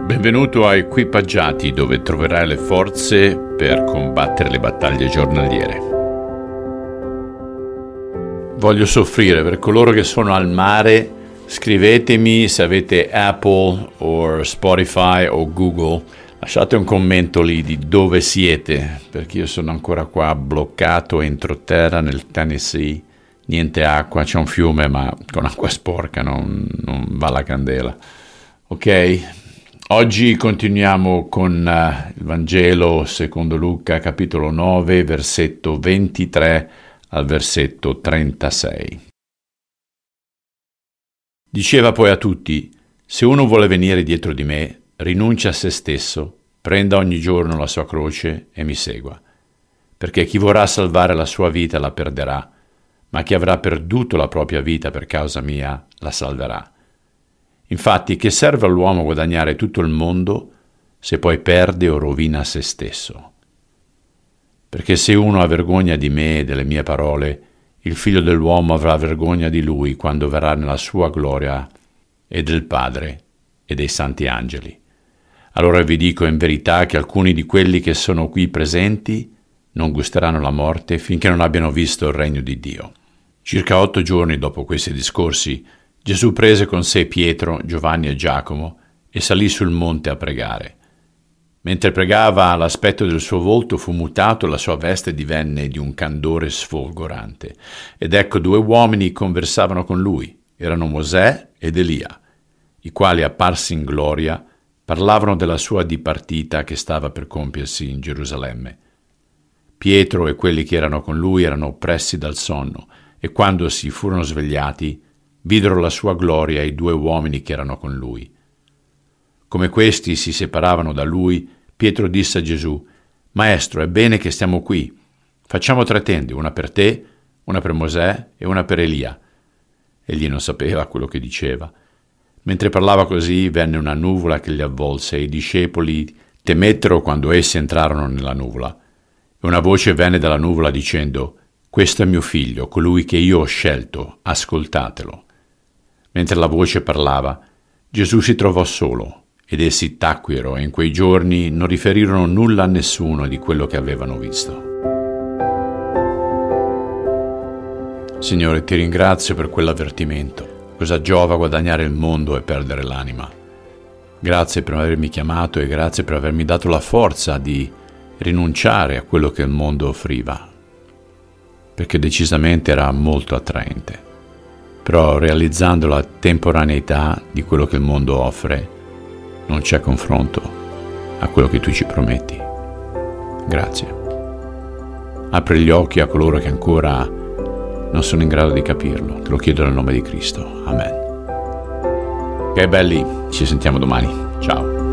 Benvenuto a Equipaggiati, dove troverai le forze per combattere le battaglie giornaliere. Voglio soffrire per coloro che sono al mare. Scrivetemi se avete Apple o Spotify o Google. Lasciate un commento lì di dove siete, perché io sono ancora qua bloccato entroterra nel Tennessee. Niente acqua, c'è un fiume ma con acqua sporca non va la candela. Ok? Oggi continuiamo con il Vangelo secondo Luca, capitolo 9, versetto 23 al versetto 36. Diceva poi a tutti: se uno vuole venire dietro di me, rinuncia a se stesso, prenda ogni giorno la sua croce e mi segua. Perché chi vorrà salvare la sua vita la perderà, ma chi avrà perduto la propria vita per causa mia la salverà. Infatti, che serve all'uomo guadagnare tutto il mondo se poi perde o rovina se stesso? Perché se uno ha vergogna di me e delle mie parole, il Figlio dell'uomo avrà vergogna di lui quando verrà nella sua gloria e del Padre e dei santi angeli. Allora vi dico in verità che alcuni di quelli che sono qui presenti non gusteranno la morte finché non abbiano visto il regno di Dio. Circa 8 giorni dopo questi discorsi, Gesù prese con sé Pietro, Giovanni e Giacomo e salì sul monte a pregare. Mentre pregava, l'aspetto del suo volto fu mutato e la sua veste divenne di un candore sfolgorante. Ed ecco 2 uomini conversavano con lui. Erano Mosè ed Elia, i quali, apparsi in gloria, parlavano della sua dipartita che stava per compiersi in Gerusalemme. Pietro e quelli che erano con lui erano oppressi dal sonno, e quando si furono svegliati, videro la sua gloria e i 2 uomini che erano con lui. Come questi si separavano da lui, Pietro disse a Gesù: Maestro, è bene che stiamo qui. Facciamo 3 tende, una per te, una per Mosè e una per Elia. Egli non sapeva quello che diceva. Mentre parlava così, venne una nuvola che li avvolse e i discepoli temettero quando essi entrarono nella nuvola. E una voce venne dalla nuvola dicendo: Questo è mio figlio, colui che io ho scelto, ascoltatelo. Mentre la voce parlava, Gesù si trovò solo, ed essi tacquero e in quei giorni non riferirono nulla a nessuno di quello che avevano visto. Signore, ti ringrazio per quell'avvertimento. Cosa giova guadagnare il mondo e perdere l'anima? Grazie per avermi chiamato e grazie per avermi dato la forza di rinunciare a quello che il mondo offriva, perché decisamente era molto attraente. Però realizzando la temporaneità di quello che il mondo offre, non c'è confronto a quello che tu ci prometti. Grazie. Apri gli occhi a coloro che ancora non sono in grado di capirlo. Te lo chiedo nel nome di Cristo. Amen. Ok belli, ci sentiamo domani. Ciao.